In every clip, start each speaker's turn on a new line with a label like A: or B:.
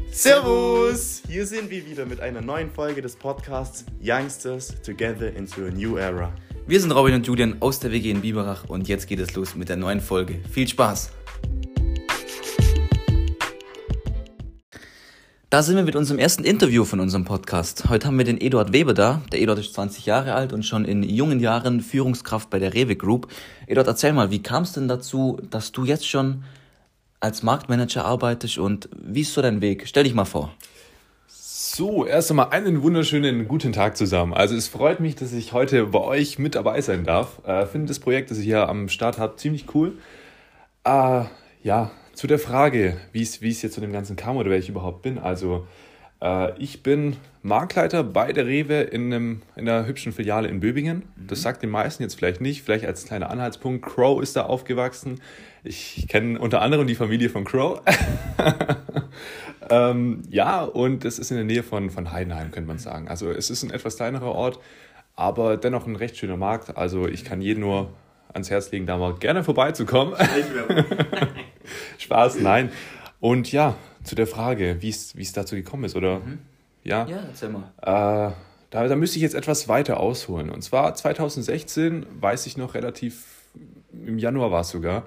A: Servus! Hier sind wir wieder mit einer neuen Folge des Podcasts Youngsters Together into a New Era.
B: Wir sind Robin und Julian aus der WG in Biberach und jetzt geht es los mit der neuen Folge. Viel Spaß! Da sind wir mit unserem ersten Interview von unserem Podcast. Heute haben wir den Eduard Weber da. Der Eduard ist 20 Jahre alt und schon in jungen Jahren Führungskraft bei der Rewe Group. Eduard, erzähl mal, wie kam es denn dazu, dass du jetzt schon als Marktmanager arbeitest und wie ist so dein Weg? Stell dich mal vor.
C: So, erst einmal einen wunderschönen guten Tag zusammen. Also es freut mich, dass ich heute bei euch mit dabei sein darf. Finde das Projekt, das ihr hier am Start habt, ziemlich cool. Zu der Frage, wie es jetzt zu dem Ganzen kam oder wer ich überhaupt bin. Also ich bin Marktleiter bei der Rewe in einer hübschen Filiale in Böbingen. Das sagt den meisten jetzt vielleicht nicht, vielleicht als kleiner Anhaltspunkt. Crow ist da aufgewachsen. Ich kenne unter anderem die Familie von Crow. Und es ist in der Nähe von Heidenheim, könnte man sagen. Also es ist ein etwas kleinerer Ort, aber dennoch ein recht schöner Markt. Also ich kann jeden nur ans Herz legen, da mal gerne vorbeizukommen. Spaß, nein. Und ja, zu der Frage, wie es dazu gekommen ist, oder? Ja,
B: erzähl mal.
C: Da müsste ich jetzt etwas weiter ausholen. Und zwar 2016, weiß ich noch relativ, im Januar war es sogar,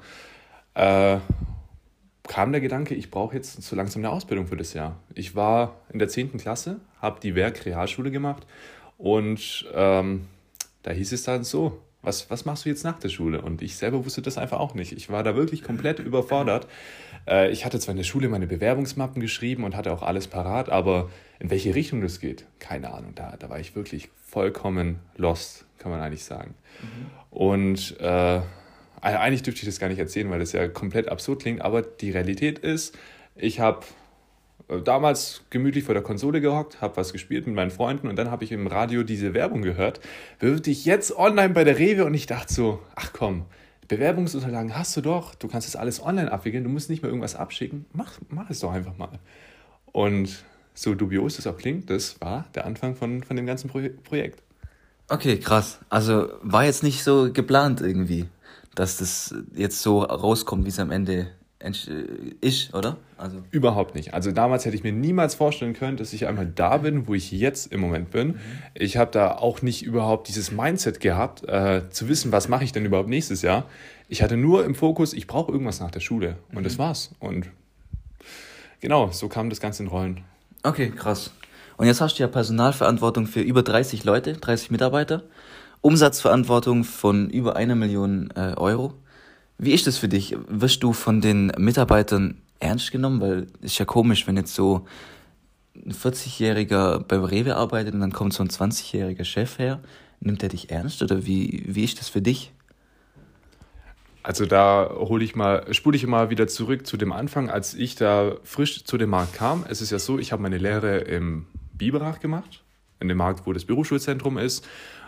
C: kam der Gedanke, ich brauche jetzt so langsam eine Ausbildung für das Jahr. Ich war in der 10. Klasse, habe die Werk-Realschule gemacht und da hieß es dann so, was machst du jetzt nach der Schule? Und ich selber wusste das einfach auch nicht. Ich war da wirklich komplett überfordert. Ich hatte zwar in der Schule meine Bewerbungsmappen geschrieben und hatte auch alles parat, aber in welche Richtung das geht, keine Ahnung. Da war ich wirklich vollkommen lost, kann man eigentlich sagen. Und eigentlich dürfte ich das gar nicht erzählen, weil das ja komplett absurd klingt, aber die Realität ist, ich habe damals gemütlich vor der Konsole gehockt, habe was gespielt mit meinen Freunden und dann habe ich im Radio diese Werbung gehört. Bewirb dich jetzt online bei der Rewe und ich dachte so, ach komm, Bewerbungsunterlagen hast du doch, du kannst das alles online abwickeln, du musst nicht mehr irgendwas abschicken, mach es doch einfach mal. Und so dubios es auch klingt, das war der Anfang von dem ganzen Projekt.
B: Okay, krass. Also war jetzt nicht so geplant irgendwie, dass das jetzt so rauskommt, wie es am Ende ist, oder? Also
C: überhaupt nicht. Also damals hätte ich mir niemals vorstellen können, dass ich einmal da bin, wo ich jetzt im Moment bin. Ich habe da auch nicht überhaupt dieses Mindset gehabt, zu wissen, was mache ich denn überhaupt nächstes Jahr. Ich hatte nur im Fokus, ich brauche irgendwas nach der Schule. Und das war's. Und genau, so kam das Ganze in Rollen.
B: Okay, krass. Und jetzt hast du ja Personalverantwortung für über 30 Leute, 30 Mitarbeiter, Umsatzverantwortung von über 1 Million Euro. Wie ist das für dich? Wirst du von den Mitarbeitern ernst genommen? Weil es ist ja komisch, wenn jetzt so ein 40-Jähriger beim Rewe arbeitet und dann kommt so ein 20-jähriger Chef her. Nimmt er dich ernst oder wie ist das für dich?
C: Also da spule ich mal wieder zurück zu dem Anfang, als ich da frisch zu dem Markt kam. Es ist ja so, ich habe meine Lehre im Biberach gemacht, in dem Markt, wo das Berufsschulzentrum ist.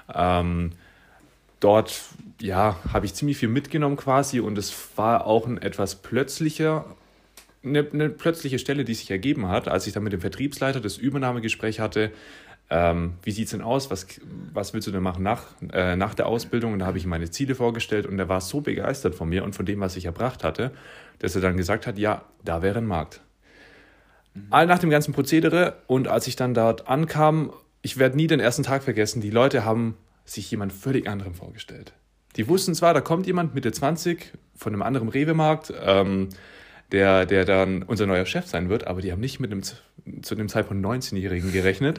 C: Dort habe ich ziemlich viel mitgenommen quasi und es war auch eine plötzliche Stelle, die sich ergeben hat, als ich dann mit dem Vertriebsleiter das Übernahmegespräch hatte. Wie sieht es denn aus? Was willst du denn machen nach der Ausbildung? Und da habe ich ihm meine Ziele vorgestellt und er war so begeistert von mir und von dem, was ich erbracht hatte, dass er dann gesagt hat, ja, da wäre ein Markt. All nach dem ganzen Prozedere und als ich dann dort ankam, ich werde nie den ersten Tag vergessen, die Leute haben sich jemand völlig anderem vorgestellt. Die wussten zwar, da kommt jemand Mitte 20 von einem anderen Rewe-Markt, der dann unser neuer Chef sein wird, aber die haben nicht mit einem zu dem Zeitpunkt 19-Jährigen gerechnet,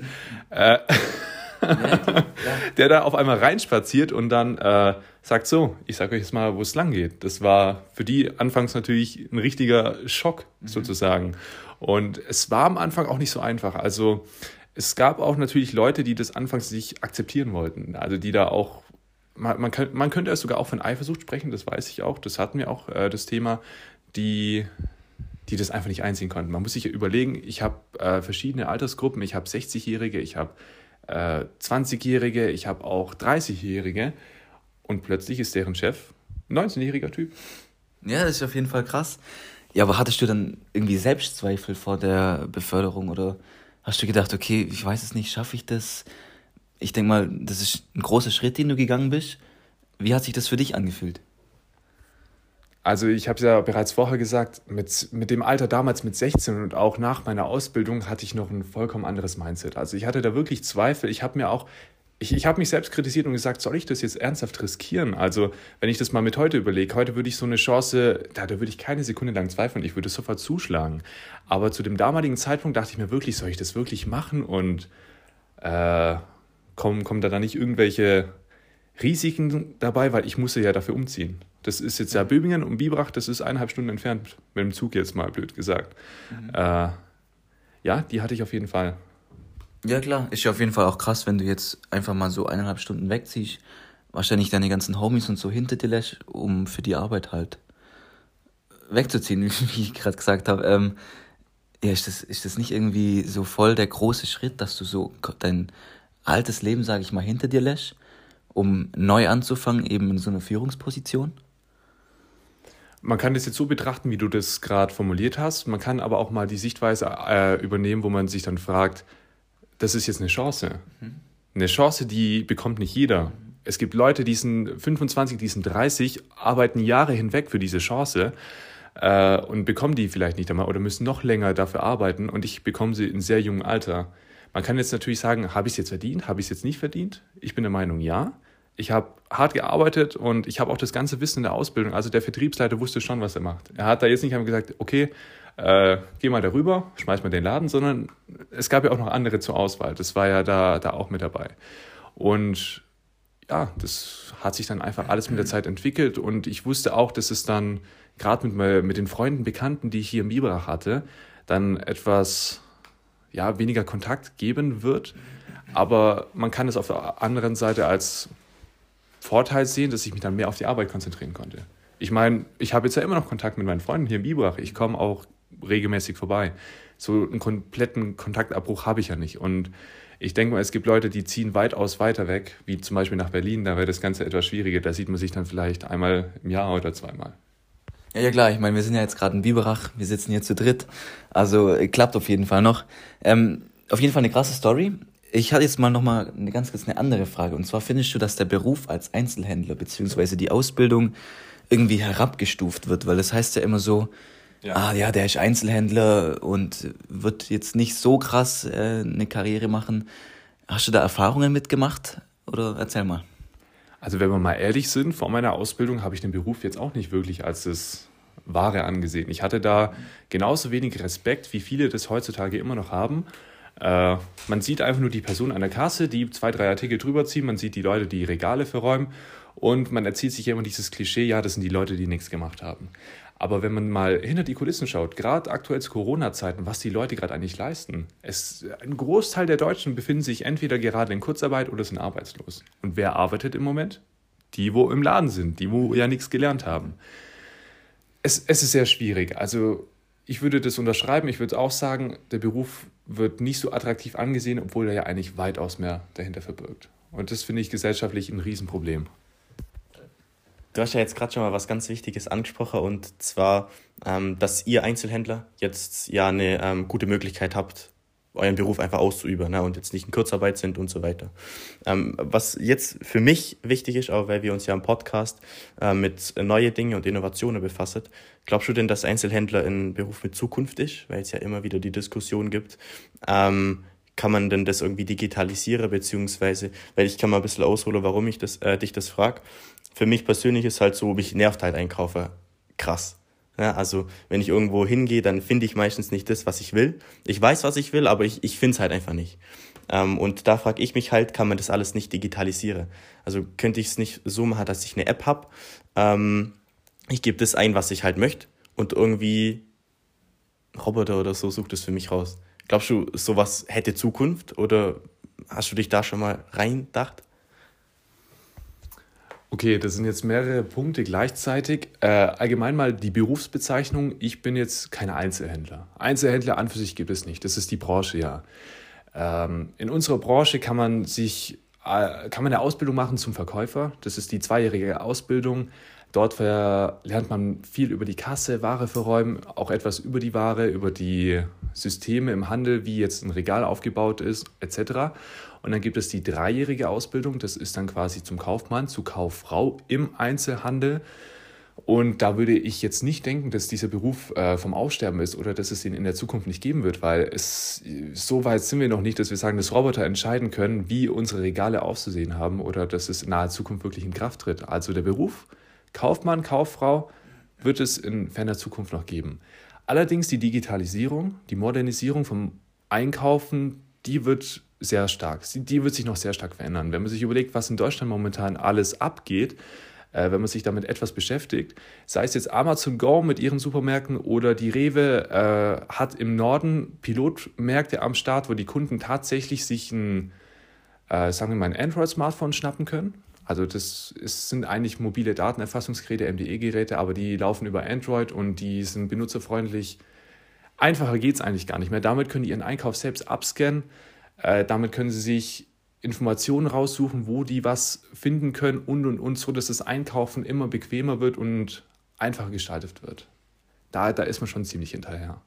C: der da auf einmal reinspaziert und dann sagt so, ich sage euch jetzt mal, wo es lang geht. Das war für die anfangs natürlich ein richtiger Schock sozusagen. Und es war am Anfang auch nicht so einfach. Also es gab auch natürlich Leute, die das anfangs nicht akzeptieren wollten. Also die da auch, man könnte ja sogar auch von Eifersucht sprechen, das weiß ich auch. Das hatten wir auch, das Thema, die das einfach nicht einsehen konnten. Man muss sich ja überlegen, ich habe verschiedene Altersgruppen. Ich habe 60-Jährige, ich habe 20-Jährige, ich habe auch 30-Jährige. Und plötzlich ist deren Chef ein 19-jähriger Typ.
B: Ja, das ist auf jeden Fall krass. Ja, aber hattest du dann irgendwie Selbstzweifel vor der Beförderung oder hast du gedacht, okay, ich weiß es nicht, schaffe ich das? Ich denke mal, das ist ein großer Schritt, den du gegangen bist. Wie hat sich das für dich angefühlt?
C: Also ich habe es ja bereits vorher gesagt, mit dem Alter damals mit 16 und auch nach meiner Ausbildung hatte ich noch ein vollkommen anderes Mindset. Also ich hatte da wirklich Zweifel. Ich habe mich selbst kritisiert und gesagt, soll ich das jetzt ernsthaft riskieren? Also wenn ich das mal mit heute überlege, heute würde ich so eine Chance, da würde ich keine Sekunde lang zweifeln, ich würde sofort zuschlagen. Aber zu dem damaligen Zeitpunkt dachte ich mir wirklich, soll ich das wirklich machen? Und kommen da nicht irgendwelche Risiken dabei, weil ich musste ja dafür umziehen. Das ist jetzt ja Böbingen und Biberach, das ist 1,5 Stunden entfernt, mit dem Zug jetzt mal blöd gesagt. Ja, die hatte ich auf jeden Fall.
B: Ja klar, ist ja auf jeden Fall auch krass, wenn du jetzt einfach mal so 1,5 Stunden wegziehst, wahrscheinlich deine ganzen Homies und so hinter dir lässt, um für die Arbeit halt wegzuziehen, wie ich gerade gesagt habe. Ja, ist das nicht irgendwie so voll der große Schritt, dass du so dein altes Leben, sage ich mal, hinter dir lässt, um neu anzufangen, eben in so einer Führungsposition?
C: Man kann das jetzt so betrachten, wie du das gerade formuliert hast. Man kann aber auch mal die Sichtweise übernehmen, wo man sich dann fragt, das ist jetzt eine Chance. Eine Chance, die bekommt nicht jeder. Es gibt Leute, die sind 25, die sind 30, arbeiten Jahre hinweg für diese Chance und bekommen die vielleicht nicht einmal oder müssen noch länger dafür arbeiten und ich bekomme sie in sehr jungem Alter. Man kann jetzt natürlich sagen, habe ich es jetzt verdient, habe ich es jetzt nicht verdient? Ich bin der Meinung, ja. Ich habe hart gearbeitet und ich habe auch das ganze Wissen in der Ausbildung. Also der Vertriebsleiter wusste schon, was er macht. Er hat da jetzt nicht einfach gesagt, okay, geh mal darüber, schmeiß mal den Laden, sondern es gab ja auch noch andere zur Auswahl. Das war ja da auch mit dabei. Und ja, das hat sich dann einfach alles mit der Zeit entwickelt und ich wusste auch, dass es dann gerade mit den Freunden, Bekannten, die ich hier in Biberach hatte, dann etwas weniger Kontakt geben wird. Aber man kann es auf der anderen Seite als Vorteil sehen, dass ich mich dann mehr auf die Arbeit konzentrieren konnte. Ich meine, ich habe jetzt ja immer noch Kontakt mit meinen Freunden hier in Biberach. Ich komme auch regelmäßig vorbei. So einen kompletten Kontaktabbruch habe ich ja nicht. Und ich denke mal, es gibt Leute, die ziehen weitaus weiter weg, wie zum Beispiel nach Berlin. Da wäre das Ganze etwas schwieriger. Da sieht man sich dann vielleicht einmal im Jahr oder zweimal.
B: Ja klar, ich meine, wir sind ja jetzt gerade in Biberach, wir sitzen hier zu dritt, also klappt auf jeden Fall noch. Auf jeden Fall eine krasse Story. Ich hatte jetzt mal nochmal ganz kurz eine andere Frage. Und zwar findest du, dass der Beruf als Einzelhändler beziehungsweise die Ausbildung irgendwie herabgestuft wird? Weil das heißt ja immer so, der ist Einzelhändler und wird jetzt nicht so krass eine Karriere machen. Hast du da Erfahrungen mitgemacht? Oder erzähl mal.
C: Also wenn wir mal ehrlich sind, vor meiner Ausbildung habe ich den Beruf jetzt auch nicht wirklich als das Wahre angesehen. Ich hatte da genauso wenig Respekt, wie viele das heutzutage immer noch haben. Man sieht einfach nur die Person an der Kasse, die 2, 3 Artikel drüber ziehen, man sieht die Leute, die Regale verräumen und man erzählt sich ja immer dieses Klischee, ja, das sind die Leute, die nichts gemacht haben. Aber wenn man mal hinter die Kulissen schaut, gerade aktuell zu Corona-Zeiten, was die Leute gerade eigentlich leisten, ein Großteil der Deutschen befinden sich entweder gerade in Kurzarbeit oder sind arbeitslos. Und wer arbeitet im Moment? Die, wo im Laden sind, die, wo ja nichts gelernt haben. Es ist sehr schwierig. Also ich würde das unterschreiben. Ich würde auch sagen, der Beruf wird nicht so attraktiv angesehen, obwohl er ja eigentlich weitaus mehr dahinter verbirgt. Und das finde ich gesellschaftlich ein Riesenproblem.
A: Du hast ja jetzt gerade schon mal was ganz Wichtiges angesprochen und zwar, dass ihr Einzelhändler jetzt ja eine gute Möglichkeit habt, euren Beruf einfach auszuüben, ne, und jetzt nicht in Kurzarbeit sind und so weiter. Was jetzt für mich wichtig ist, auch weil wir uns ja im Podcast mit neue Dinge und Innovationen befassen, glaubst du denn, dass Einzelhändler ein Beruf mit Zukunft ist? Weil es ja immer wieder die Diskussion gibt, kann man denn das irgendwie digitalisieren, beziehungsweise, weil ich kann mal ein bisschen ausholen, warum ich dich das frage. Für mich persönlich ist halt so, mich nervt halt Einkaufen krass. Ja, also wenn ich irgendwo hingehe, dann finde ich meistens nicht das, was ich will. Ich weiß, was ich will, aber ich finde es halt einfach nicht. Und da frage ich mich halt, kann man das alles nicht digitalisieren? Also könnte ich es nicht so machen, dass ich eine App habe, ich gebe das ein, was ich halt möchte und irgendwie Roboter oder so sucht es für mich raus. Glaubst du, sowas hätte Zukunft oder hast du dich da schon mal reingedacht?
C: Okay, das sind jetzt mehrere Punkte gleichzeitig. Allgemein mal die Berufsbezeichnung. Ich bin jetzt kein Einzelhändler. Einzelhändler an für sich gibt es nicht. Das ist die Branche, ja. In unserer Branche kann man eine Ausbildung machen zum Verkäufer. Das ist die 2-jährige Ausbildung. Dort lernt man viel über die Kasse, Ware verräumen, auch etwas über die Ware, über die Systeme im Handel, wie jetzt ein Regal aufgebaut ist, etc. Und dann gibt es die 3-jährige Ausbildung, das ist dann quasi zum Kaufmann, zur Kauffrau im Einzelhandel. Und da würde ich jetzt nicht denken, dass dieser Beruf vom Aussterben ist oder dass es ihn in der Zukunft nicht geben wird, weil so weit sind wir noch nicht, dass wir sagen, dass Roboter entscheiden können, wie unsere Regale auszusehen haben oder dass es in naher Zukunft wirklich in Kraft tritt. Also der Beruf Kaufmann, Kauffrau wird es in ferner Zukunft noch geben. Allerdings die Digitalisierung, die Modernisierung vom Einkaufen, die wird sehr stark. Die wird sich noch sehr stark verändern. Wenn man sich überlegt, was in Deutschland momentan alles abgeht, wenn man sich damit etwas beschäftigt, sei es jetzt Amazon Go mit ihren Supermärkten oder die Rewe hat im Norden Pilotmärkte am Start, wo die Kunden tatsächlich sich ein Android-Smartphone schnappen können. Also sind eigentlich mobile Datenerfassungsgeräte, MDE-Geräte, aber die laufen über Android und die sind benutzerfreundlich. Einfacher geht es eigentlich gar nicht mehr. Damit können die ihren Einkauf selbst abscannen. Damit können sie sich Informationen raussuchen, wo die was finden können und so, dass das Einkaufen immer bequemer wird und einfacher gestaltet wird. Da ist man schon ziemlich hinterher.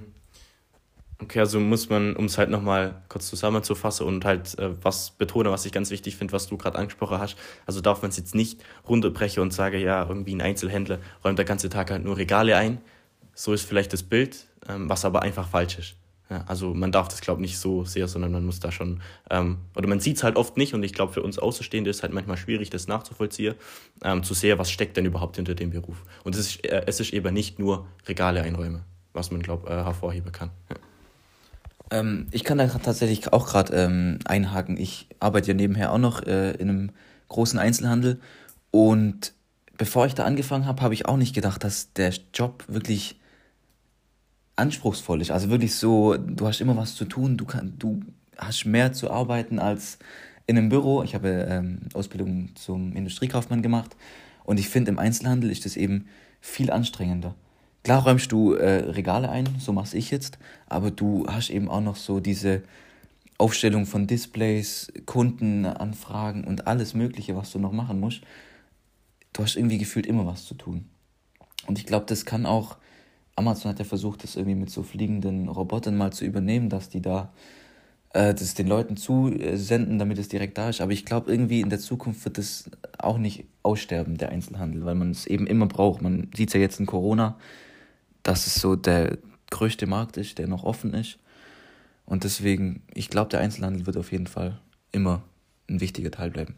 A: Okay, also muss man, um es halt nochmal kurz zusammenzufassen und halt was betonen, was ich ganz wichtig finde, was du gerade angesprochen hast, also darf man es jetzt nicht runterbrechen und sagen, ja, irgendwie ein Einzelhändler räumt der ganze Tag halt nur Regale ein. So ist vielleicht das Bild, was aber einfach falsch ist. Ja, also man darf das, glaube ich, nicht so sehr, sondern man muss da schon, oder man sieht es halt oft nicht und ich glaube, für uns Außenstehende ist es halt manchmal schwierig, das nachzuvollziehen, zu sehen, was steckt denn überhaupt hinter dem Beruf. Und es ist eben nicht nur Regale einräumen, was man, glaube ich, hervorheben kann. Ja.
B: Ich kann da tatsächlich auch gerade einhaken. Ich arbeite ja nebenher auch noch in einem großen Einzelhandel und bevor ich da angefangen habe, habe ich auch nicht gedacht, dass der Job wirklich anspruchsvoll ist. Also wirklich so, du hast immer was zu tun, du hast mehr zu arbeiten als in einem Büro. Ich habe Ausbildung zum Industriekaufmann gemacht und ich finde, im Einzelhandel ist das eben viel anstrengender. Klar räumst du Regale ein, so mache ich jetzt, aber du hast eben auch noch so diese Aufstellung von Displays, Kundenanfragen und alles Mögliche, was du noch machen musst. Du hast irgendwie gefühlt immer was zu tun. Und ich glaube, das kann auch, Amazon hat ja versucht, das irgendwie mit so fliegenden Robotern mal zu übernehmen, dass die da das den Leuten zusenden, damit es direkt da ist. Aber ich glaube, irgendwie in der Zukunft wird das auch nicht aussterben, der Einzelhandel, weil man es eben immer braucht. Man sieht es ja jetzt in Corona, dass es so der größte Markt ist, der noch offen ist. Und deswegen, ich glaube, der Einzelhandel wird auf jeden Fall immer ein wichtiger Teil bleiben.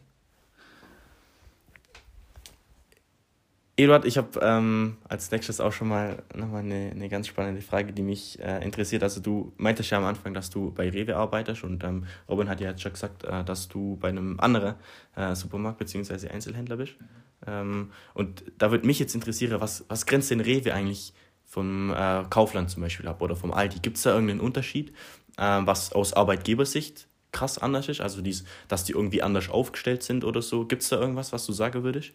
A: Eduard, ich habe als nächstes auch schon mal nochmal eine ganz spannende Frage, die mich interessiert. Also du meintest ja am Anfang, dass du bei Rewe arbeitest und Robin hat ja jetzt schon gesagt, dass du bei einem anderen Supermarkt bzw. Einzelhändler bist. Und da würde mich jetzt interessieren, was grenzt denn Rewe eigentlich vom Kaufland zum Beispiel ab oder vom Aldi? Gibt es da irgendeinen Unterschied, was aus Arbeitgebersicht krass anders ist? Also dass die irgendwie anders aufgestellt sind oder so? Gibt es da irgendwas, was du sagen würdest?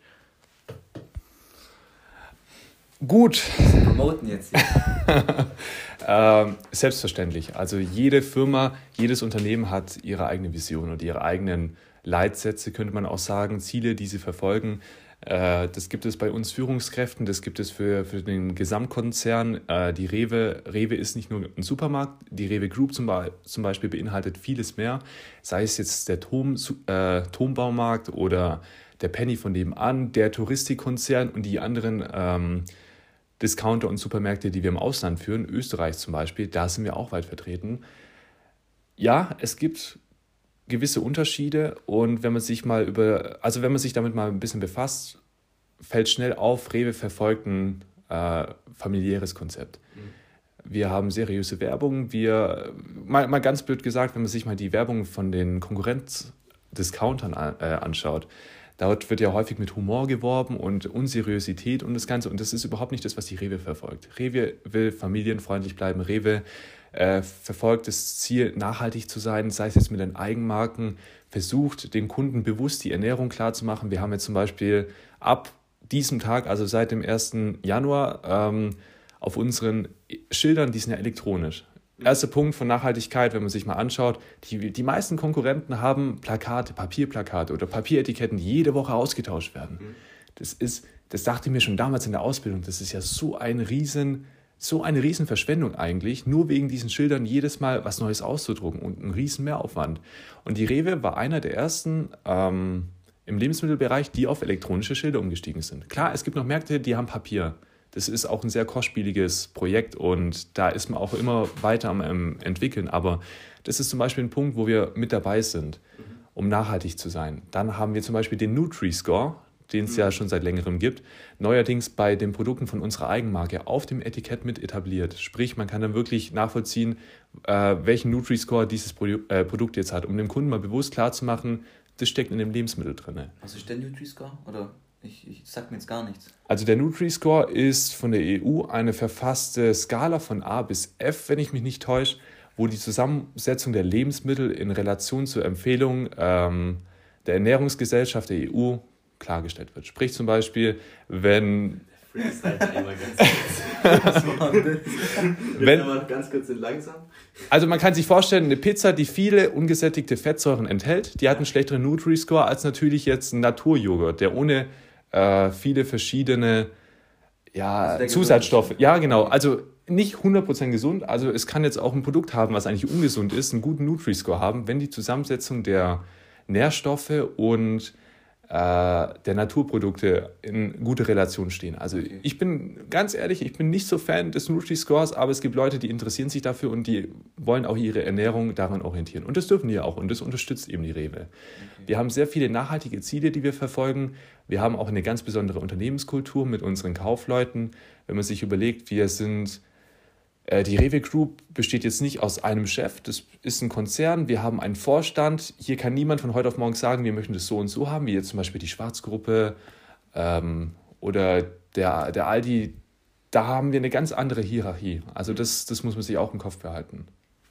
C: Gut.
B: Promoten jetzt.
C: Selbstverständlich. Also jede Firma, jedes Unternehmen hat ihre eigene Vision und ihre eigenen Leitsätze, könnte man auch sagen, Ziele, die sie verfolgen. Das gibt es bei uns Führungskräften, das gibt es für den Gesamtkonzern. Die Rewe ist nicht nur ein Supermarkt, die Rewe Group zum Beispiel beinhaltet vieles mehr, sei es jetzt der Tombaumarkt oder der Penny von nebenan, der Touristikkonzern und die anderen Discounter und Supermärkte, die wir im Ausland führen, Österreich zum Beispiel, da sind wir auch weit vertreten. Ja, es gibt gewisse Unterschiede und wenn man sich damit mal ein bisschen befasst, fällt schnell auf, Rewe verfolgt ein familiäres Konzept. Wir haben seriöse Werbung, mal ganz blöd gesagt, wenn man sich mal die Werbung von den Konkurrenzdiscountern anschaut, dort wird ja häufig mit Humor geworben und Unseriosität und das Ganze. Und das ist überhaupt nicht das, was die Rewe verfolgt. Rewe will familienfreundlich bleiben. Rewe verfolgt das Ziel, nachhaltig zu sein, sei es jetzt mit den Eigenmarken, versucht, den Kunden bewusst die Ernährung klarzumachen. Wir haben jetzt zum Beispiel ab diesem Tag, also seit dem 1. Januar, auf unseren Schildern, die sind ja elektronisch. Erster Punkt von Nachhaltigkeit, wenn man sich mal anschaut, die meisten Konkurrenten haben Plakate, Papierplakate oder Papieretiketten, die jede Woche ausgetauscht werden. Das dachte ich mir schon damals in der Ausbildung, das ist ja so eine Riesenverschwendung eigentlich, nur wegen diesen Schildern jedes Mal was Neues auszudrucken und ein riesen Mehraufwand. Und die Rewe war einer der ersten im Lebensmittelbereich, die auf elektronische Schilder umgestiegen sind. Klar, es gibt noch Märkte, die haben Papier. Das ist auch ein sehr kostspieliges Projekt und da ist man auch immer weiter am entwickeln. Aber das ist zum Beispiel ein Punkt, wo wir mit dabei sind, um nachhaltig zu sein. Dann haben wir zum Beispiel den Nutri-Score, den es ja schon seit längerem gibt, neuerdings bei den Produkten von unserer Eigenmarke auf dem Etikett mit etabliert. Sprich, man kann dann wirklich nachvollziehen, welchen Nutri-Score dieses Produkt jetzt hat, um dem Kunden mal bewusst klarzumachen, das steckt in dem Lebensmittel drin.
B: Was ist der Nutri-Score? Oder ich sag mir jetzt gar nichts.
C: Also der Nutri-Score ist von der EU eine verfasste Skala von A bis F, wenn ich mich nicht täusche, wo die Zusammensetzung der Lebensmittel in Relation zur Empfehlung der Ernährungsgesellschaft der EU klargestellt wird. Sprich zum Beispiel, wenn...
A: Ganz kurz und langsam.
C: Also man kann sich vorstellen, eine Pizza, die viele ungesättigte Fettsäuren enthält, die hat einen schlechteren Nutri-Score als natürlich jetzt ein Naturjoghurt, der ohne viele verschiedene Zusatzstoffe... Ja, genau. Also nicht 100% gesund. Also es kann jetzt auch ein Produkt haben, was eigentlich ungesund ist, einen guten Nutri-Score haben, wenn die Zusammensetzung der Nährstoffe und der Naturprodukte in gute Relation stehen. Also ich bin ganz ehrlich, ich bin nicht so Fan des Nutri-Scores, aber es gibt Leute, die interessieren sich dafür und die wollen auch ihre Ernährung daran orientieren. Und das dürfen die ja auch und das unterstützt eben die Rewe. Okay. Wir haben sehr viele nachhaltige Ziele, die wir verfolgen. Wir haben auch eine ganz besondere Unternehmenskultur mit unseren Kaufleuten. Wenn man sich überlegt, wir sind... Die Rewe Group besteht jetzt nicht aus einem Chef, das ist ein Konzern, wir haben einen Vorstand. Hier kann niemand von heute auf morgen sagen, wir möchten das so und so haben, wie jetzt zum Beispiel die Schwarzgruppe oder der Aldi. Da haben wir eine ganz andere Hierarchie. Also das muss man sich auch im Kopf behalten.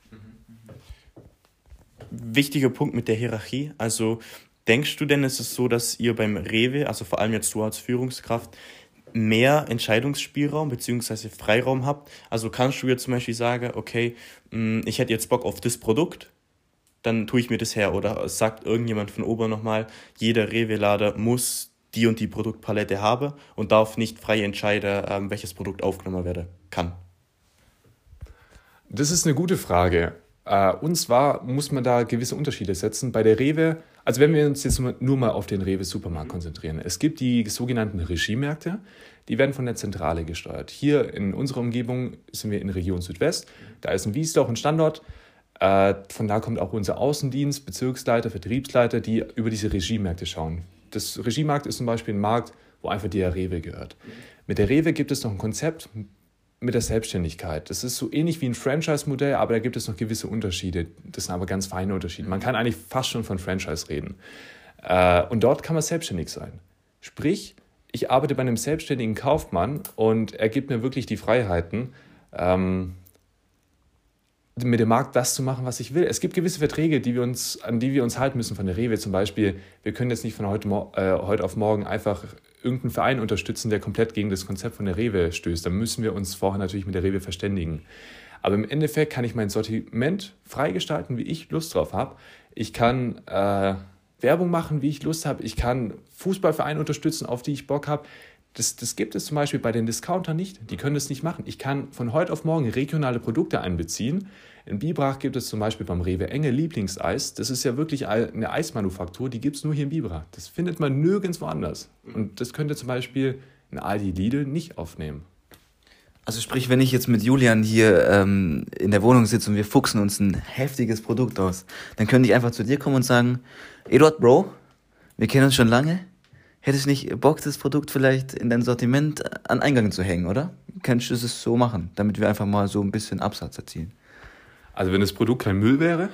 A: Wichtiger Punkt mit der Hierarchie. Also denkst du denn, ist es so, dass ihr beim Rewe, also vor allem jetzt du als Führungskraft, mehr Entscheidungsspielraum bzw. Freiraum habt? Also kannst du jetzt zum Beispiel sagen, okay, ich hätte jetzt Bock auf das Produkt, dann tue ich mir das her. Oder sagt irgendjemand von oben nochmal, jeder Rewe-Lader muss die und die Produktpalette haben und darf nicht frei entscheiden, welches Produkt aufgenommen werden kann?
C: Das ist eine gute Frage. Und zwar muss man da gewisse Unterschiede setzen. Bei der Rewe, also wenn wir uns jetzt nur mal auf den Rewe-Supermarkt konzentrieren. Es gibt die sogenannten Regiemärkte, die werden von der Zentrale gesteuert. Hier in unserer Umgebung sind wir in Region Südwest. Da ist in Wiesloch ein Standort. Von da kommt auch unser Außendienst, Bezirksleiter, Vertriebsleiter, die über diese Regiemärkte schauen. Das Regiemarkt ist zum Beispiel ein Markt, wo einfach der Rewe gehört. Mit der Rewe gibt es noch ein Konzept mit der Selbstständigkeit. Das ist so ähnlich wie ein Franchise-Modell, aber da gibt es noch gewisse Unterschiede. Das sind aber ganz feine Unterschiede. Man kann eigentlich fast schon von Franchise reden. Und dort kann man selbstständig sein. Sprich, ich arbeite bei einem selbstständigen Kaufmann und er gibt mir wirklich die Freiheiten, mit dem Markt das zu machen, was ich will. Es gibt gewisse Verträge, an die wir uns halten müssen von der Rewe. Zum Beispiel, wir können jetzt nicht von heute auf morgen einfach irgendeinen Verein unterstützen, der komplett gegen das Konzept von der Rewe stößt. Da müssen wir uns vorher natürlich mit der Rewe verständigen. Aber im Endeffekt kann ich mein Sortiment freigestalten, wie ich Lust drauf habe. Ich kann Werbung machen, wie ich Lust habe. Ich kann Fußballvereine unterstützen, auf die ich Bock habe. Das gibt es zum Beispiel bei den Discountern nicht. Die können das nicht machen. Ich kann von heute auf morgen regionale Produkte einbeziehen. In Biberach gibt es zum Beispiel beim Rewe Enge Lieblingseis. Das ist ja wirklich eine Eismanufaktur, die gibt es nur hier in Biberach. Das findet man nirgends woanders. Und das könnte zum Beispiel ein Aldi Lidl nicht aufnehmen.
B: Also sprich, wenn ich jetzt mit Julian hier in der Wohnung sitze und wir fuchsen uns ein heftiges Produkt aus, dann könnte ich einfach zu dir kommen und sagen, Eduard, Bro, wir kennen uns schon lange. Hättest du nicht Bock, das Produkt vielleicht in dein Sortiment an Eingang zu hängen, oder? Könntest du es so machen, damit wir einfach mal so ein bisschen Absatz erzielen?
C: Also wenn das Produkt kein Müll wäre,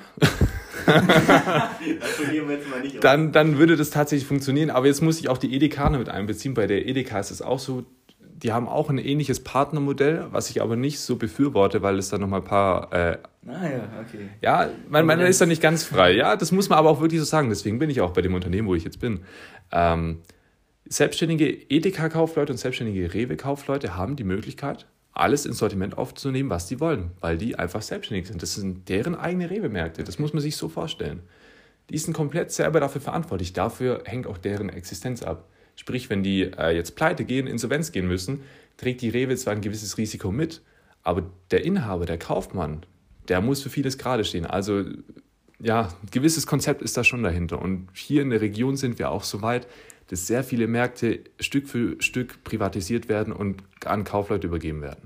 C: dann würde das tatsächlich funktionieren. Aber jetzt muss ich auch die Edekaner mit einbeziehen. Bei der Edeka ist es auch so, die haben auch ein ähnliches Partnermodell, was ich aber nicht so befürworte, weil es da nochmal ein paar...
B: okay.
C: Ja, man ist da nicht ganz frei. Ja, das muss man aber auch wirklich so sagen. Deswegen bin ich auch bei dem Unternehmen, wo ich jetzt bin. Selbstständige Edeka-Kaufleute und selbstständige Rewe-Kaufleute haben die Möglichkeit, alles ins Sortiment aufzunehmen, was die wollen, weil die einfach selbstständig sind. Das sind deren eigene Rewe-Märkte. Das muss man sich so vorstellen. Die sind komplett selber dafür verantwortlich. Dafür hängt auch deren Existenz ab. Sprich, wenn die jetzt pleite gehen, Insolvenz gehen müssen, trägt die Rewe zwar ein gewisses Risiko mit, aber der Inhaber, der Kaufmann, der muss für vieles gerade stehen. Also ja, ein gewisses Konzept ist da schon dahinter. Und hier in der Region sind wir auch so weit, dass sehr viele Märkte Stück für Stück privatisiert werden und an Kaufleute übergeben werden.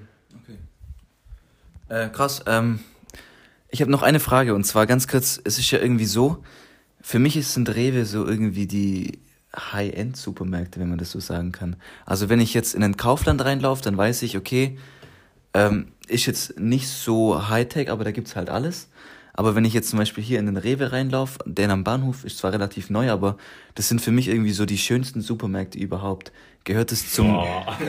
B: Okay. Krass. Ich habe noch eine Frage, und zwar ganz kurz, es ist ja irgendwie so, für mich sind Rewe so irgendwie die High-End-Supermärkte, wenn man das so sagen kann. Also wenn ich jetzt in ein Kaufland reinlaufe, dann weiß ich, okay, ist jetzt nicht so Hightech, aber da gibt's halt alles. Aber wenn ich jetzt zum Beispiel hier in den Rewe reinlaufe, der am Bahnhof ist zwar relativ neu, aber das sind für mich irgendwie so die schönsten Supermärkte überhaupt. Gehört es zum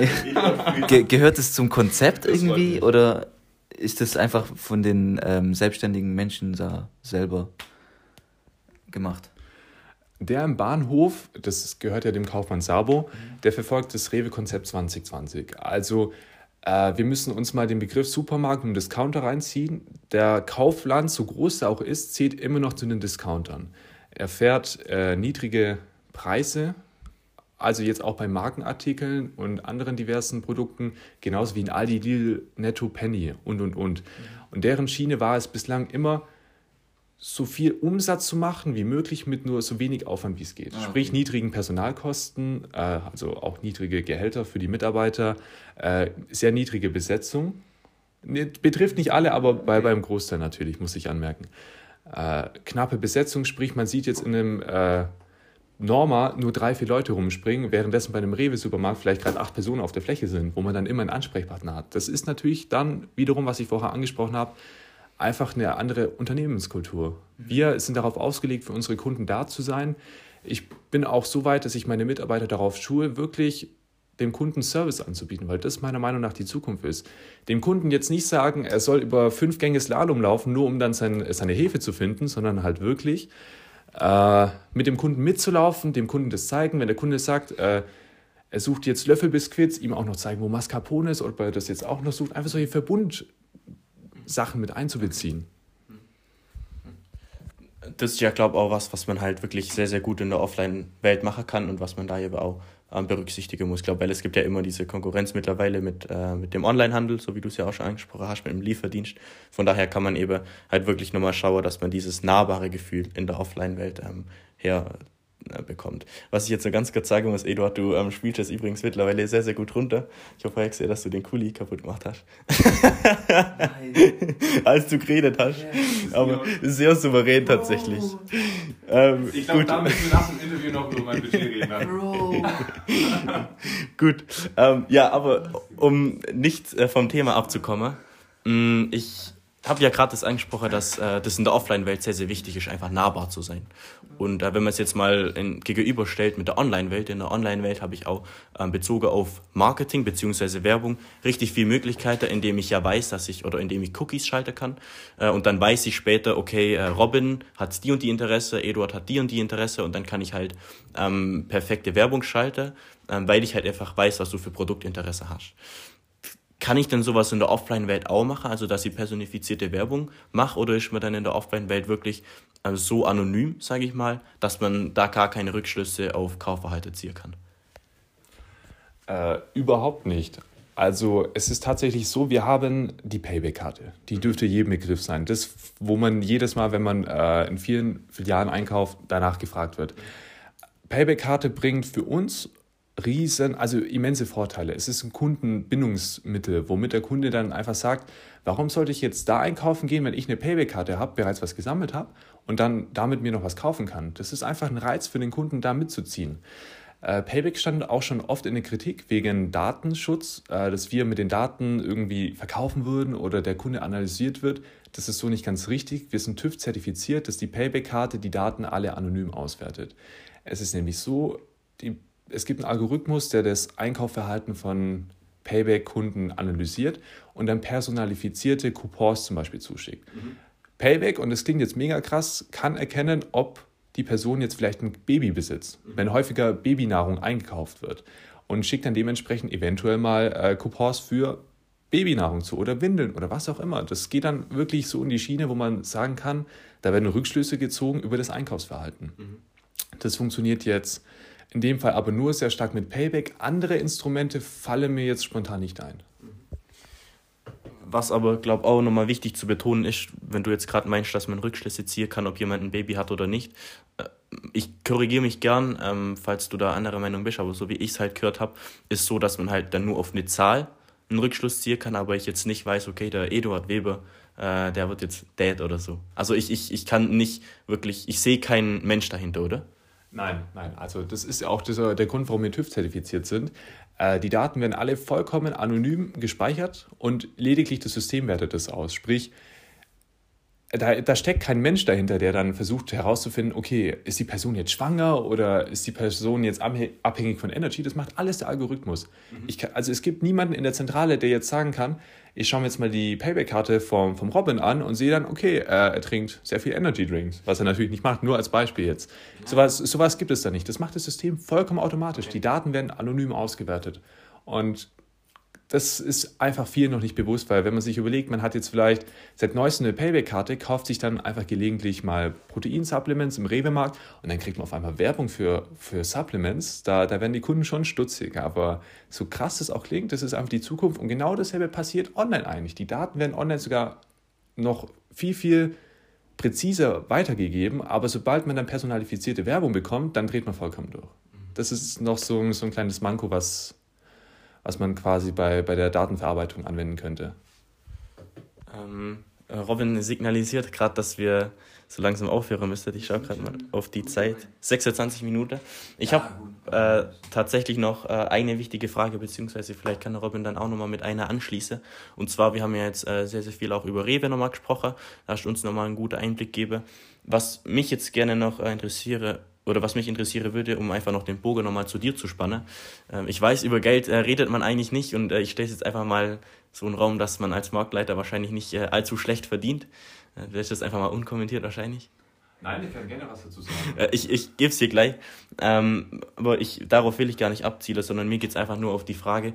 B: gehört es zum Konzept irgendwie oder ist das einfach von den selbstständigen Menschen da selber gemacht?
C: Der im Bahnhof, das gehört ja dem Kaufmann Sabo, der verfolgt das Rewe-Konzept 2020. Also wir müssen uns mal den Begriff Supermarkt und Discounter reinziehen. Der Kaufland, so groß er auch ist, zählt immer noch zu den Discountern. Er fährt niedrige Preise, also jetzt auch bei Markenartikeln und anderen diversen Produkten, genauso wie in Aldi, Lidl, Netto, Penny und. Und deren Schiene war es bislang immer, so viel Umsatz zu machen wie möglich mit nur so wenig Aufwand wie es geht. Okay. Sprich niedrigen Personalkosten, also auch niedrige Gehälter für die Mitarbeiter, sehr niedrige Besetzung. Betrifft nicht alle, aber beim Großteil natürlich, muss ich anmerken. Knappe Besetzung, sprich man sieht jetzt in einem Norma nur 3-4 Leute rumspringen, währenddessen bei einem Rewe-Supermarkt vielleicht gerade 8 Personen auf der Fläche sind, wo man dann immer einen Ansprechpartner hat. Das ist natürlich dann wiederum, was ich vorher angesprochen habe, einfach eine andere Unternehmenskultur. Wir sind darauf ausgelegt, für unsere Kunden da zu sein. Ich bin auch so weit, dass ich meine Mitarbeiter darauf schule, wirklich dem Kunden Service anzubieten, weil das meiner Meinung nach die Zukunft ist. Dem Kunden jetzt nicht sagen, er soll über 5 Gänge Slalom laufen, nur um dann seine Hefe zu finden, sondern halt wirklich mit dem Kunden mitzulaufen, dem Kunden das zeigen. Wenn der Kunde sagt, er sucht jetzt Löffelbiskuits, ihm auch noch zeigen, wo Mascarpone ist, ob er das jetzt auch noch sucht. Einfach solche Verbundsachen mit einzubeziehen.
A: Das ist ja, glaube ich, auch was man halt wirklich sehr, sehr gut in der Offline-Welt machen kann und was man da eben auch berücksichtigen muss. Ich glaube, weil es gibt ja immer diese Konkurrenz mittlerweile mit dem Onlinehandel, so wie du es ja auch schon angesprochen hast, mit dem Lieferdienst. Von daher kann man eben halt wirklich nochmal schauen, dass man dieses nahbare Gefühl in der Offline-Welt bekommt. Was ich jetzt noch ganz kurz sagen muss, Eduard, du spielst das übrigens mittlerweile sehr, sehr gut runter. Ich hoffe, ich sehe, dass du den Kuli kaputt gemacht hast. Nein. Als du geredet hast. Yes. Aber sehr souverän tatsächlich.
C: Ich glaube, da müssen wir nach dem Interview noch über mein Budget reden.
A: Gut. Aber um nicht vom Thema abzukommen, ich habe ja gerade das angesprochen, dass das in der Offline-Welt sehr, sehr wichtig ist, einfach nahbar zu sein. Und wenn man es jetzt mal gegenüberstellt mit der Online-Welt, in der Online-Welt habe ich auch bezogen auf Marketing bzw. Werbung richtig viele Möglichkeiten, indem ich ja weiß, indem ich Cookies schalten kann. Und dann weiß ich später, okay, Robin hat die und die Interesse, Eduard hat die und die Interesse und dann kann ich halt perfekte Werbung schalten, weil ich halt einfach weiß, was du für Produktinteresse hast. Kann ich denn sowas in der Offline-Welt auch machen, also dass ich personifizierte Werbung mache, oder ist man dann in der Offline-Welt wirklich so anonym, sage ich mal, dass man da gar keine Rückschlüsse auf Kaufverhalten ziehen kann?
C: Überhaupt nicht. Also es ist tatsächlich so, wir haben die Payback-Karte. Die dürfte jedem Begriff sein. Das, wo man jedes Mal, wenn man in vielen Filialen einkauft, danach gefragt wird. Payback-Karte bringt für uns immense Vorteile. Es ist ein Kundenbindungsmittel, womit der Kunde dann einfach sagt, warum sollte ich jetzt da einkaufen gehen, wenn ich eine Payback-Karte habe, bereits was gesammelt habe und dann damit mir noch was kaufen kann. Das ist einfach ein Reiz für den Kunden, da mitzuziehen. Payback stand auch schon oft in der Kritik wegen Datenschutz, dass wir mit den Daten irgendwie verkaufen würden oder der Kunde analysiert wird. Das ist so nicht ganz richtig. Wir sind TÜV zertifiziert, dass die Payback-Karte die Daten alle anonym auswertet. Es ist nämlich so, es gibt einen Algorithmus, der das Einkaufsverhalten von Payback-Kunden analysiert und dann personalifizierte Coupons zum Beispiel zuschickt. Payback, und das klingt jetzt mega krass, kann erkennen, ob die Person jetzt vielleicht ein Baby besitzt, wenn häufiger Babynahrung eingekauft wird, und schickt dann dementsprechend eventuell mal Coupons für Babynahrung zu oder Windeln oder was auch immer. Das geht dann wirklich so in die Schiene, wo man sagen kann, da werden Rückschlüsse gezogen über das Einkaufsverhalten. Das funktioniert jetzt in dem Fall aber nur sehr stark mit Payback. Andere Instrumente fallen mir jetzt spontan nicht ein.
A: Was aber, glaube ich, auch nochmal wichtig zu betonen ist, wenn du jetzt gerade meinst, dass man Rückschlüsse ziehen kann, ob jemand ein Baby hat oder nicht. Ich korrigiere mich gern, falls du da anderer Meinung bist, aber so wie ich es halt gehört habe, ist so, dass man halt dann nur auf eine Zahl einen Rückschluss ziehen kann, aber ich jetzt nicht weiß, okay, der Eduard Weber, der wird jetzt Dad oder so. Also ich kann nicht wirklich, ich sehe keinen Mensch dahinter, oder?
C: Nein, also das ist ja auch der Grund, warum wir TÜV-zertifiziert sind. Die Daten werden alle vollkommen anonym gespeichert und lediglich das System wertet das aus. Sprich, da steckt kein Mensch dahinter, der dann versucht herauszufinden, okay, ist die Person jetzt schwanger oder ist die Person jetzt abhängig von Energy? Das macht alles der Algorithmus. Also es gibt niemanden in der Zentrale, der jetzt sagen kann, ich schaue mir jetzt mal die Payback-Karte vom Robin an und sehe dann, okay, er trinkt sehr viel Energy-Drinks, was er natürlich nicht macht, nur als Beispiel jetzt. Sowas gibt es da nicht. Das macht das System vollkommen automatisch. Die Daten werden anonym ausgewertet. Und das ist einfach vielen noch nicht bewusst, weil wenn man sich überlegt, man hat jetzt vielleicht seit neuestem eine Payback-Karte, kauft sich dann einfach gelegentlich mal Protein-Supplements im Rewe-Markt und dann kriegt man auf einmal Werbung für Supplements. Da werden die Kunden schon stutzig. Aber so krass das auch klingt, das ist einfach die Zukunft. Und genau dasselbe passiert online eigentlich. Die Daten werden online sogar noch viel, viel präziser weitergegeben. Aber sobald man dann personalifizierte Werbung bekommt, dann dreht man vollkommen durch. Das ist noch so ein kleines Manko, was man quasi bei der Datenverarbeitung anwenden könnte.
A: Robin signalisiert gerade, dass wir so langsam aufhören müssten. Ich schaue gerade mal auf die Zeit. 26 Minuten. Ich habe tatsächlich noch eine wichtige Frage, beziehungsweise vielleicht kann der Robin dann auch nochmal mit einer anschließen. Und zwar, wir haben ja jetzt sehr, sehr viel auch über Rewe nochmal gesprochen. Da hast du uns nochmal einen guten Einblick gegeben. Was mich jetzt gerne noch was mich interessieren würde, um einfach noch den Bogen nochmal zu dir zu spannen. Ich weiß, über Geld redet man eigentlich nicht und ich stelle es jetzt einfach mal so einen Raum, dass man als Marktleiter wahrscheinlich nicht allzu schlecht verdient. Du lässt das einfach mal unkommentiert wahrscheinlich.
C: Nein, ich kann gerne was dazu sagen.
A: Ich gebe es dir gleich, aber darauf will ich gar nicht abzielen, sondern mir geht es einfach nur auf die Frage,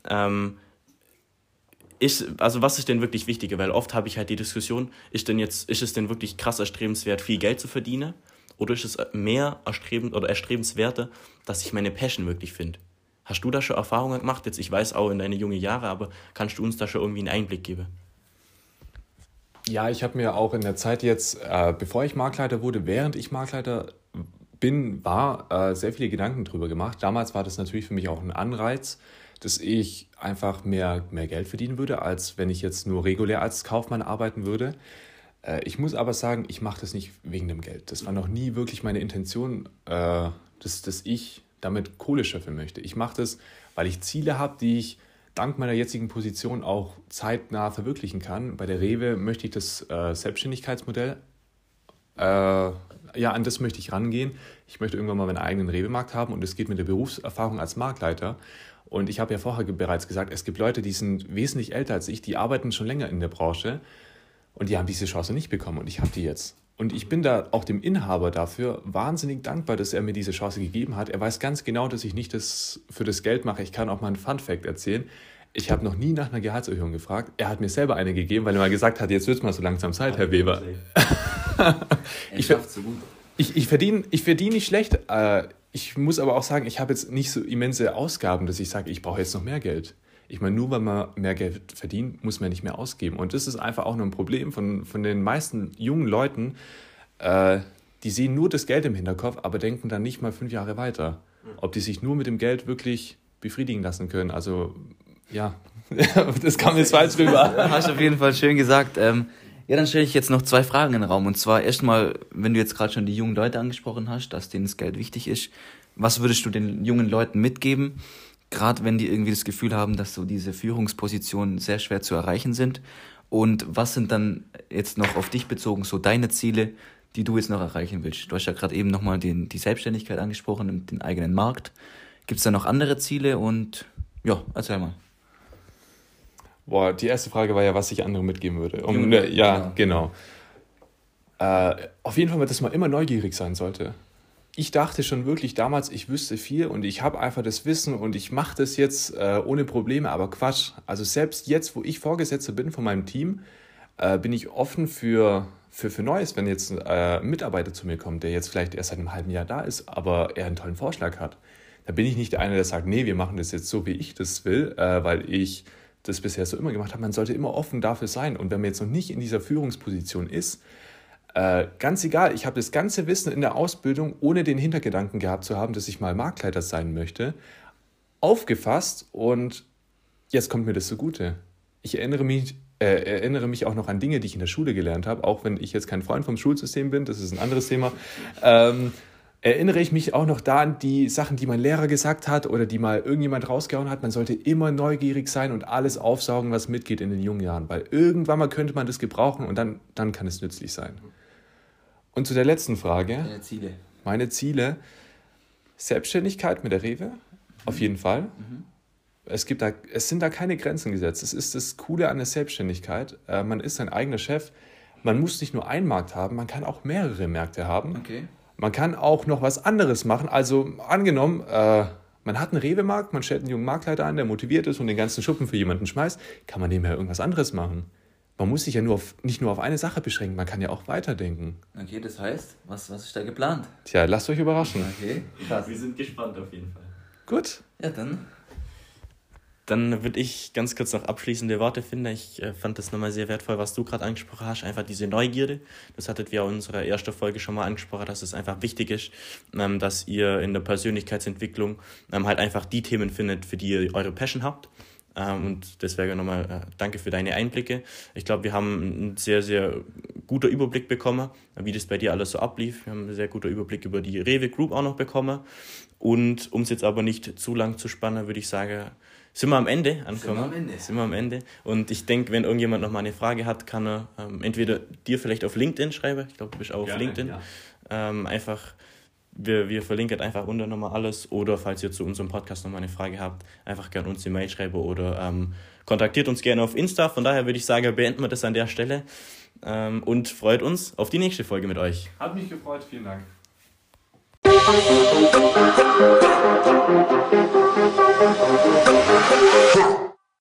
A: was ist denn wirklich wichtiger? Weil oft habe ich halt die Diskussion, ist es denn wirklich krass erstrebenswert, viel Geld zu verdienen? Oder ist es mehr erstrebenswerter, dass ich meine Passion wirklich finde? Hast du da schon Erfahrungen gemacht? Jetzt, ich weiß auch in deine jungen Jahre, aber kannst du uns da schon irgendwie einen Einblick geben?
C: Ja, ich habe mir auch in der Zeit jetzt, bevor ich Marktleiter wurde, während ich Marktleiter war, sehr viele Gedanken drüber gemacht. Damals war das natürlich für mich auch ein Anreiz, dass ich einfach mehr Geld verdienen würde, als wenn ich jetzt nur regulär als Kaufmann arbeiten würde. Ich muss aber sagen, ich mache das nicht wegen dem Geld. Das war noch nie wirklich meine Intention, dass ich damit Kohle schöpfen möchte. Ich mache das, weil ich Ziele habe, die ich dank meiner jetzigen Position auch zeitnah verwirklichen kann. Bei der Rewe möchte ich das Selbstständigkeitsmodell, an das möchte ich rangehen. Ich möchte irgendwann mal meinen eigenen Rewe-Markt haben und es geht mit der Berufserfahrung als Marktleiter. Und ich habe ja vorher bereits gesagt, es gibt Leute, die sind wesentlich älter als ich, die arbeiten schon länger in der Branche. Und die haben diese Chance nicht bekommen und ich habe die jetzt. Und ich bin da auch dem Inhaber dafür wahnsinnig dankbar, dass er mir diese Chance gegeben hat. Er weiß ganz genau, dass ich nicht das für das Geld mache. Ich kann auch mal einen Fun-Fact erzählen. Ich habe noch nie nach einer Gehaltserhöhung gefragt. Er hat mir selber eine gegeben, weil er mal gesagt hat, jetzt wird es mal so langsam Zeit, Herr Weber. Ich verdiene nicht schlecht. Ich muss aber auch sagen, ich habe jetzt nicht so immense Ausgaben, dass ich sage, ich brauche jetzt noch mehr Geld. Ich meine, nur weil man mehr Geld verdient, muss man nicht mehr ausgeben. Und das ist einfach auch nur ein Problem von den meisten jungen Leuten. Die sehen nur das Geld im Hinterkopf, aber denken dann nicht mal 5 Jahre weiter. Ob die sich nur mit dem Geld wirklich befriedigen lassen können. Also, ja, das kam jetzt falsch rüber.
B: Hast du auf jeden Fall schön gesagt. Ja, dann stelle ich jetzt noch 2 Fragen in den Raum. Und zwar erstmal, wenn du jetzt gerade schon die jungen Leute angesprochen hast, dass denen das Geld wichtig ist, was würdest du den jungen Leuten mitgeben? Gerade wenn die irgendwie das Gefühl haben, dass so diese Führungspositionen sehr schwer zu erreichen sind. Und was sind dann jetzt noch auf dich bezogen so deine Ziele, die du jetzt noch erreichen willst? Du hast ja gerade eben nochmal die Selbstständigkeit angesprochen und den eigenen Markt. Gibt es da noch andere Ziele? Und ja, erzähl mal.
C: Boah, die erste Frage war ja, was ich anderen mitgeben würde. Genau. Auf jeden Fall, dass man immer neugierig sein sollte. Ich dachte schon wirklich damals, ich wüsste viel und ich habe einfach das Wissen und ich mache das jetzt ohne Probleme, aber Quatsch. Also selbst jetzt, wo ich Vorgesetzter bin von meinem Team, bin ich offen für Neues, wenn jetzt ein Mitarbeiter zu mir kommt, der jetzt vielleicht erst seit einem halben Jahr da ist, aber er einen tollen Vorschlag hat. Da bin ich nicht der eine, der sagt, nee, wir machen das jetzt so, wie ich das will, weil ich das bisher so immer gemacht habe, man sollte immer offen dafür sein. Und wenn man jetzt noch nicht in dieser Führungsposition ist, ganz egal, ich habe das ganze Wissen in der Ausbildung, ohne den Hintergedanken gehabt zu haben, dass ich mal Marktleiter sein möchte, aufgefasst und jetzt kommt mir das zugute. Ich erinnere mich auch noch an Dinge, die ich in der Schule gelernt habe, auch wenn ich jetzt kein Freund vom Schulsystem bin, das ist ein anderes Thema. Erinnere ich mich auch noch da an die Sachen, die mein Lehrer gesagt hat oder die mal irgendjemand rausgehauen hat. Man sollte immer neugierig sein und alles aufsaugen, was mitgeht in den jungen Jahren, weil irgendwann mal könnte man das gebrauchen und dann kann es nützlich sein. Und zu der letzten Frage.
B: Deine Ziele.
C: Meine Ziele. Selbstständigkeit mit der Rewe, auf jeden Fall. Es sind da keine Grenzen gesetzt. Es ist das Coole an der Selbstständigkeit. Man ist sein eigener Chef. Man muss nicht nur einen Markt haben, man kann auch mehrere Märkte haben.
B: Okay.
C: Man kann auch noch was anderes machen. Also angenommen, man hat einen Rewe-Markt, man stellt einen jungen Marktleiter an, der motiviert ist und den ganzen Schuppen für jemanden schmeißt, kann man nebenher irgendwas anderes machen. Man muss sich ja nicht nur auf eine Sache beschränken, man kann ja auch weiterdenken.
B: Okay, das heißt, was ist da geplant?
C: Tja, lasst euch überraschen.
B: Okay, krass.
A: Wir sind gespannt auf jeden Fall.
C: Gut.
B: Ja, dann.
A: Dann würde ich ganz kurz noch abschließende Worte finden. Ich fand das nochmal sehr wertvoll, was du gerade angesprochen hast, einfach diese Neugierde. Das hattet wir in unserer ersten Folge schon mal angesprochen, dass es einfach wichtig ist, dass ihr in der Persönlichkeitsentwicklung halt einfach die Themen findet, für die ihr eure Passion habt. Und deswegen nochmal danke für deine Einblicke. Ich glaube, wir haben einen sehr, sehr guten Überblick bekommen, wie das bei dir alles so ablief. Wir haben einen sehr guten Überblick über die Rewe Group auch noch bekommen. Und um es jetzt aber nicht zu lang zu spannen, würde ich sagen, sind wir am Ende angekommen. Sind wir am Ende. Und ich denke, wenn irgendjemand noch mal eine Frage hat, kann er entweder dir vielleicht auf LinkedIn schreiben. Ich glaube, du bist auch auf LinkedIn. Ja. Einfach, wir verlinken einfach unten nochmal alles. Oder falls ihr zu unserem Podcast nochmal eine Frage habt, einfach gerne uns eine Mail schreiben oder kontaktiert uns gerne auf Insta. Von daher würde ich sagen, beenden wir das an der Stelle und freut uns auf die nächste Folge mit euch.
C: Hat mich gefreut, vielen Dank.
D: Ha!